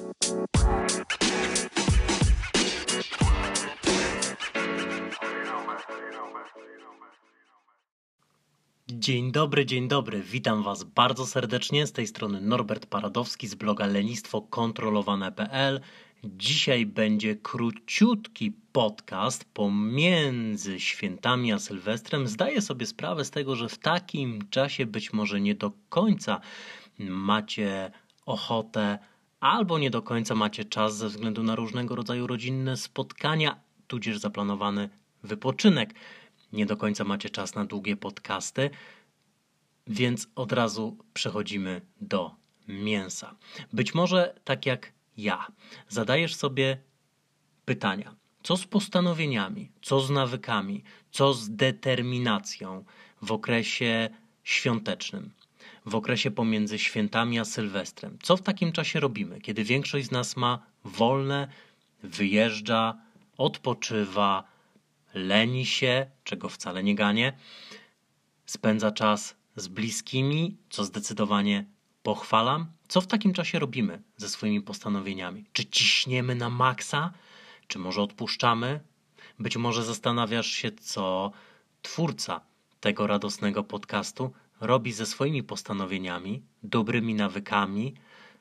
Dzień dobry, witam Was bardzo serdecznie, z tej strony Norbert Paradowski z bloga lenistwokontrolowane.pl. Dzisiaj będzie króciutki podcast pomiędzy świętami a Sylwestrem. Zdaję sobie sprawę z tego, że w takim czasie być może nie do końca macie ochotę albo nie do końca macie czas ze względu na różnego rodzaju rodzinne spotkania, tudzież zaplanowany wypoczynek. Nie do końca macie czas na długie podcasty, więc od razu przechodzimy do mięsa. Być może tak jak ja, zadajesz sobie pytania, co z postanowieniami, co z nawykami, co z determinacją w okresie świątecznym, w okresie pomiędzy świętami a Sylwestrem. Co w takim czasie robimy, kiedy większość z nas ma wolne, wyjeżdża, odpoczywa, leni się, czego wcale nie ganię, spędza czas z bliskimi, co zdecydowanie pochwalam. Co w takim czasie robimy ze swoimi postanowieniami? Czy ciśniemy na maksa? Czy może odpuszczamy? Być może zastanawiasz się, co twórca tego radosnego podcastu robi ze swoimi postanowieniami, dobrymi nawykami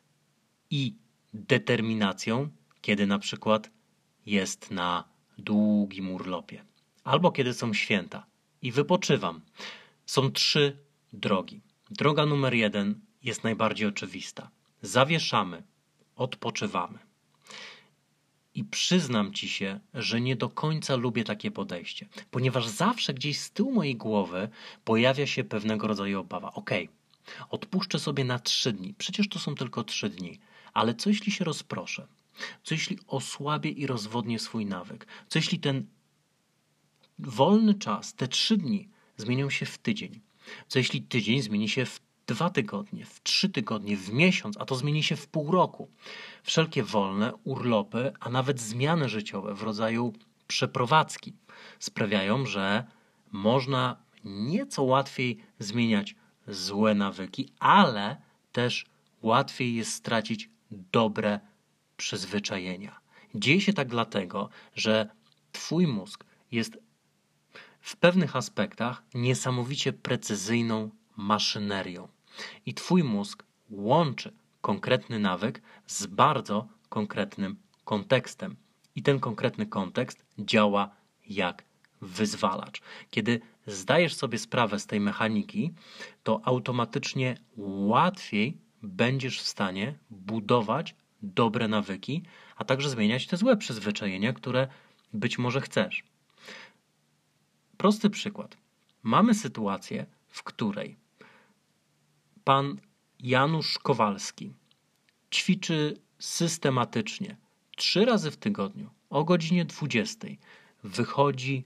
i determinacją, kiedy na przykład jest na długim urlopie, albo kiedy są święta i wypoczywam. Są 3 drogi. Droga numer 1 jest najbardziej oczywista. Zawieszamy, odpoczywamy. I przyznam Ci się, że nie do końca lubię takie podejście, ponieważ zawsze gdzieś z tyłu mojej głowy pojawia się pewnego rodzaju obawa. Odpuszczę sobie na 3 dni. Przecież to są tylko 3 dni. Ale co jeśli się rozproszę? Co jeśli osłabię i rozwodnię swój nawyk? Co jeśli ten wolny czas, te 3 dni zmienią się w tydzień? Co jeśli tydzień zmieni się w 2 tygodnie, w 3 tygodnie, w miesiąc, a to zmieni się w pół roku? Wszelkie wolne, urlopy, a nawet zmiany życiowe w rodzaju przeprowadzki sprawiają, że można nieco łatwiej zmieniać złe nawyki, ale też łatwiej jest stracić dobre przyzwyczajenia. Dzieje się tak dlatego, że Twój mózg jest w pewnych aspektach niesamowicie precyzyjną maszynerią. I Twój mózg łączy konkretny nawyk z bardzo konkretnym kontekstem. I ten konkretny kontekst działa jak wyzwalacz. Kiedy zdajesz sobie sprawę z tej mechaniki, to automatycznie łatwiej będziesz w stanie budować dobre nawyki, a także zmieniać te złe przyzwyczajenia, które być może chcesz. Prosty przykład. Mamy sytuację, w której pan Janusz Kowalski ćwiczy systematycznie 3 razy w tygodniu o godzinie 20 wychodzi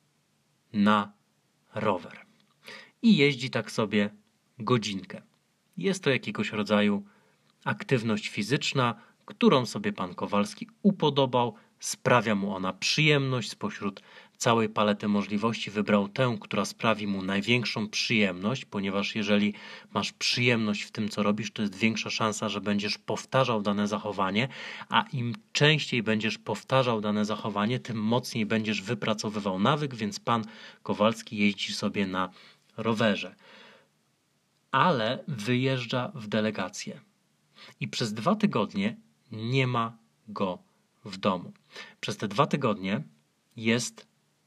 na rower i jeździ tak sobie godzinkę. Jest to jakiegoś rodzaju aktywność fizyczna, którą sobie pan Kowalski upodobał, sprawia mu ona przyjemność. Spośród całej palety możliwości wybrał tę, która sprawi mu największą przyjemność, ponieważ jeżeli masz przyjemność w tym, co robisz, to jest większa szansa, że będziesz powtarzał dane zachowanie, a im częściej będziesz powtarzał dane zachowanie, tym mocniej będziesz wypracowywał nawyk, więc pan Kowalski jeździ sobie na rowerze. Ale wyjeżdża w delegację. I przez 2 tygodnie nie ma go w domu. Przez te 2 tygodnie jest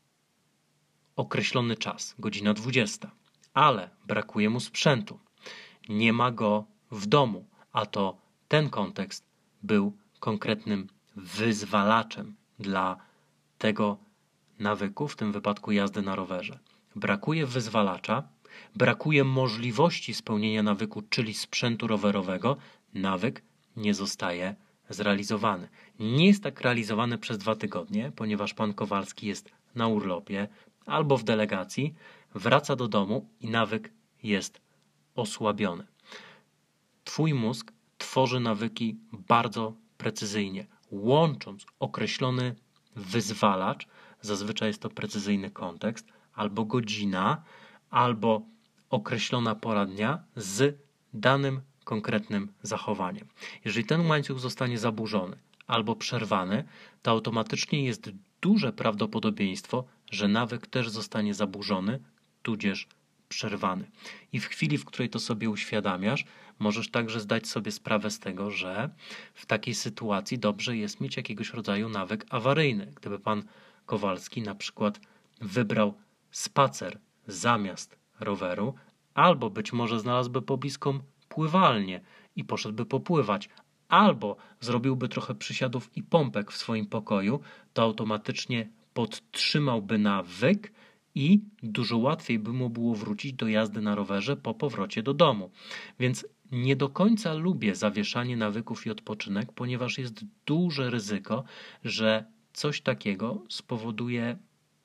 określony czas, godzina 20, ale brakuje mu sprzętu. Nie ma go w domu, a to ten kontekst był konkretnym wyzwalaczem dla tego nawyku, w tym wypadku jazdy na rowerze. Brakuje wyzwalacza, brakuje możliwości spełnienia nawyku, czyli sprzętu rowerowego, nawyk nie zostaje zrealizowany. Nie jest tak realizowany przez 2 tygodnie, ponieważ pan Kowalski jest na urlopie albo w delegacji, wraca do domu i nawyk jest osłabiony. Twój mózg tworzy nawyki bardzo precyzyjnie, łącząc określony wyzwalacz, zazwyczaj jest to precyzyjny kontekst, albo godzina, albo określona pora dnia z danym konkretnym zachowaniem. Jeżeli ten łańcuch zostanie zaburzony albo przerwany, to automatycznie jest duże prawdopodobieństwo, że nawyk też zostanie zaburzony, tudzież przerwany. I w chwili, w której to sobie uświadamiasz, możesz także zdać sobie sprawę z tego, że w takiej sytuacji dobrze jest mieć jakiegoś rodzaju nawyk awaryjny. Gdyby pan Kowalski na przykład wybrał spacer zamiast roweru, albo być może znalazłby pobliską pływalnię i poszedłby popływać, albo zrobiłby trochę przysiadów i pompek w swoim pokoju, to automatycznie podtrzymałby nawyk i dużo łatwiej by mu było wrócić do jazdy na rowerze po powrocie do domu. Więc nie do końca lubię zawieszanie nawyków i odpoczynek, ponieważ jest duże ryzyko, że coś takiego spowoduje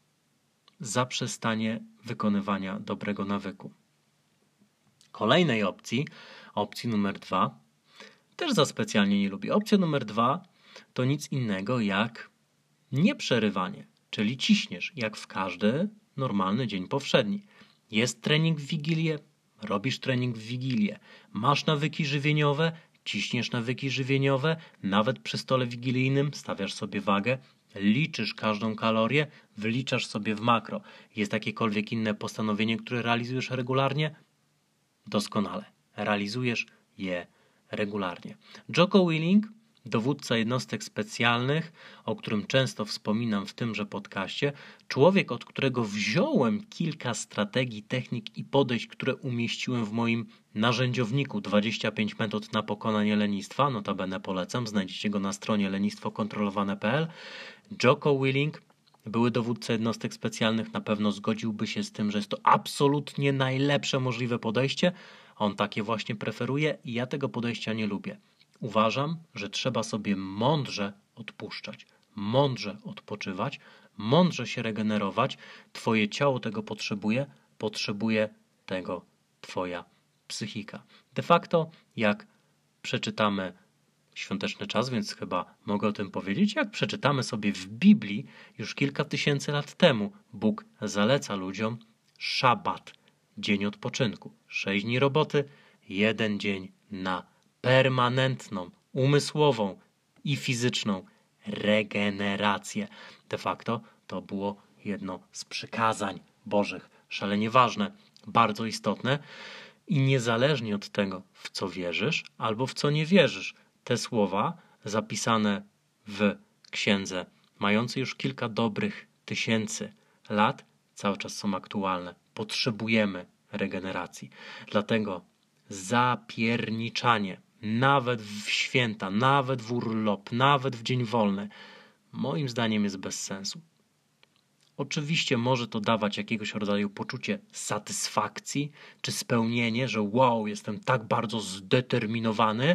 zaprzestanie wykonywania dobrego nawyku. Kolejnej opcji numer 2, też za specjalnie nie lubię. Opcja numer 2 to nic innego jak nieprzerywanie, czyli ciśniesz jak w każdy normalny dzień powszedni. Jest trening w Wigilię, robisz trening w Wigilię. Masz nawyki żywieniowe, ciśniesz nawyki żywieniowe, nawet przy stole wigilijnym stawiasz sobie wagę, liczysz każdą kalorię, wyliczasz sobie w makro. Jest jakiekolwiek inne postanowienie, które realizujesz regularnie? Doskonale. Realizujesz je regularnie. Jocko Willink, dowódca jednostek specjalnych, o którym często wspominam w tymże podcaście, człowiek, od którego wziąłem kilka strategii, technik i podejść, które umieściłem w moim narzędziowniku 25 metod na pokonanie lenistwa, notabene polecam, znajdziecie go na stronie lenistwokontrolowane.pl. Jocko Willink, były dowódca jednostek specjalnych, na pewno zgodziłby się z tym, że jest to absolutnie najlepsze możliwe podejście. On takie właśnie preferuje i ja tego podejścia nie lubię. Uważam, że trzeba sobie mądrze odpuszczać, mądrze odpoczywać, mądrze się regenerować. Twoje ciało tego potrzebuje tego twoja psychika. De facto, jak przeczytamy świąteczny czas, więc chyba mogę o tym powiedzieć, jak przeczytamy sobie w Biblii już kilka tysięcy lat temu, Bóg zaleca ludziom szabat, dzień odpoczynku. 6 dni roboty, 1 dzień na permanentną, umysłową i fizyczną regenerację. De facto to było jedno z przykazań Bożych, szalenie ważne, bardzo istotne i niezależnie od tego, w co wierzysz albo w co nie wierzysz, te słowa zapisane w księdze, mające już kilka dobrych tysięcy lat, cały czas są aktualne. Potrzebujemy regeneracji. Dlatego zapierniczanie, nawet w święta, nawet w urlop, nawet w dzień wolny, moim zdaniem jest bez sensu. Oczywiście może to dawać jakiegoś rodzaju poczucie satysfakcji czy spełnienie, że wow, jestem tak bardzo zdeterminowany,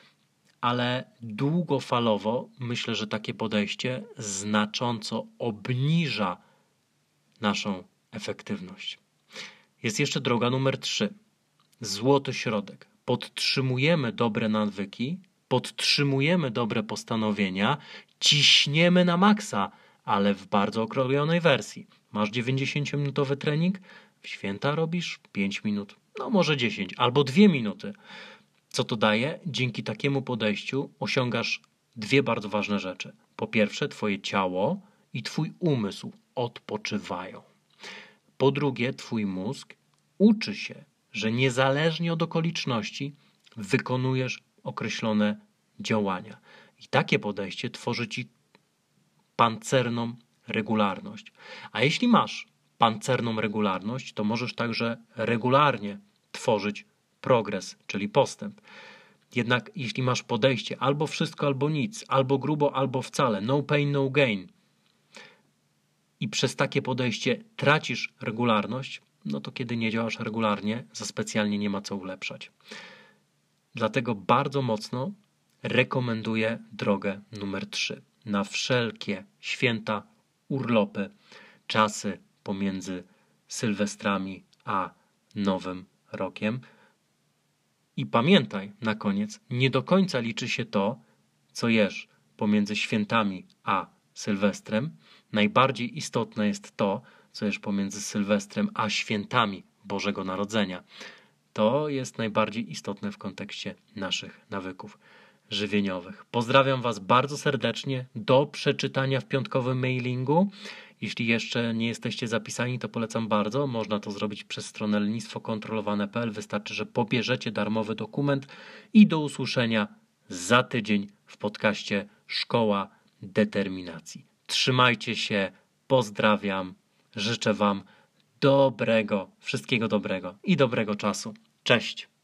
ale długofalowo myślę, że takie podejście znacząco obniża naszą efektywność. Jest jeszcze droga numer 3. Złoty środek. Podtrzymujemy dobre nawyki, podtrzymujemy dobre postanowienia, ciśniemy na maksa, ale w bardzo okrojonej wersji. Masz 90-minutowy trening, w święta robisz 5 minut, no może 10 albo 2 minuty. Co to daje? Dzięki takiemu podejściu osiągasz 2 bardzo ważne rzeczy. Po pierwsze, twoje ciało i twój umysł odpoczywają. Po drugie, twój mózg uczy się, że niezależnie od okoliczności wykonujesz określone działania. I takie podejście tworzy ci pancerną regularność. A jeśli masz pancerną regularność, to możesz także regularnie tworzyć progres, czyli postęp. Jednak jeśli masz podejście albo wszystko, albo nic, albo grubo, albo wcale, no pain, no gain i przez takie podejście tracisz regularność, no to kiedy nie działasz regularnie, za specjalnie nie ma co ulepszać. Dlatego bardzo mocno rekomenduję drogę numer 3. Na wszelkie święta, urlopy, czasy pomiędzy Sylwestrami a Nowym Rokiem. I pamiętaj na koniec, nie do końca liczy się to, co jesz pomiędzy świętami a Sylwestrem. Najbardziej istotne jest to, co jesz pomiędzy Sylwestrem a świętami Bożego Narodzenia. To jest najbardziej istotne w kontekście naszych nawyków żywieniowych. Pozdrawiam Was bardzo serdecznie. Do przeczytania w piątkowym mailingu. Jeśli jeszcze nie jesteście zapisani, to polecam bardzo. Można to zrobić przez stronę lenistwokontrolowane.pl. Wystarczy, że pobierzecie darmowy dokument i do usłyszenia za tydzień w podcaście Szkoła Determinacji. Trzymajcie się, pozdrawiam, życzę Wam wszystkiego dobrego i dobrego czasu. Cześć!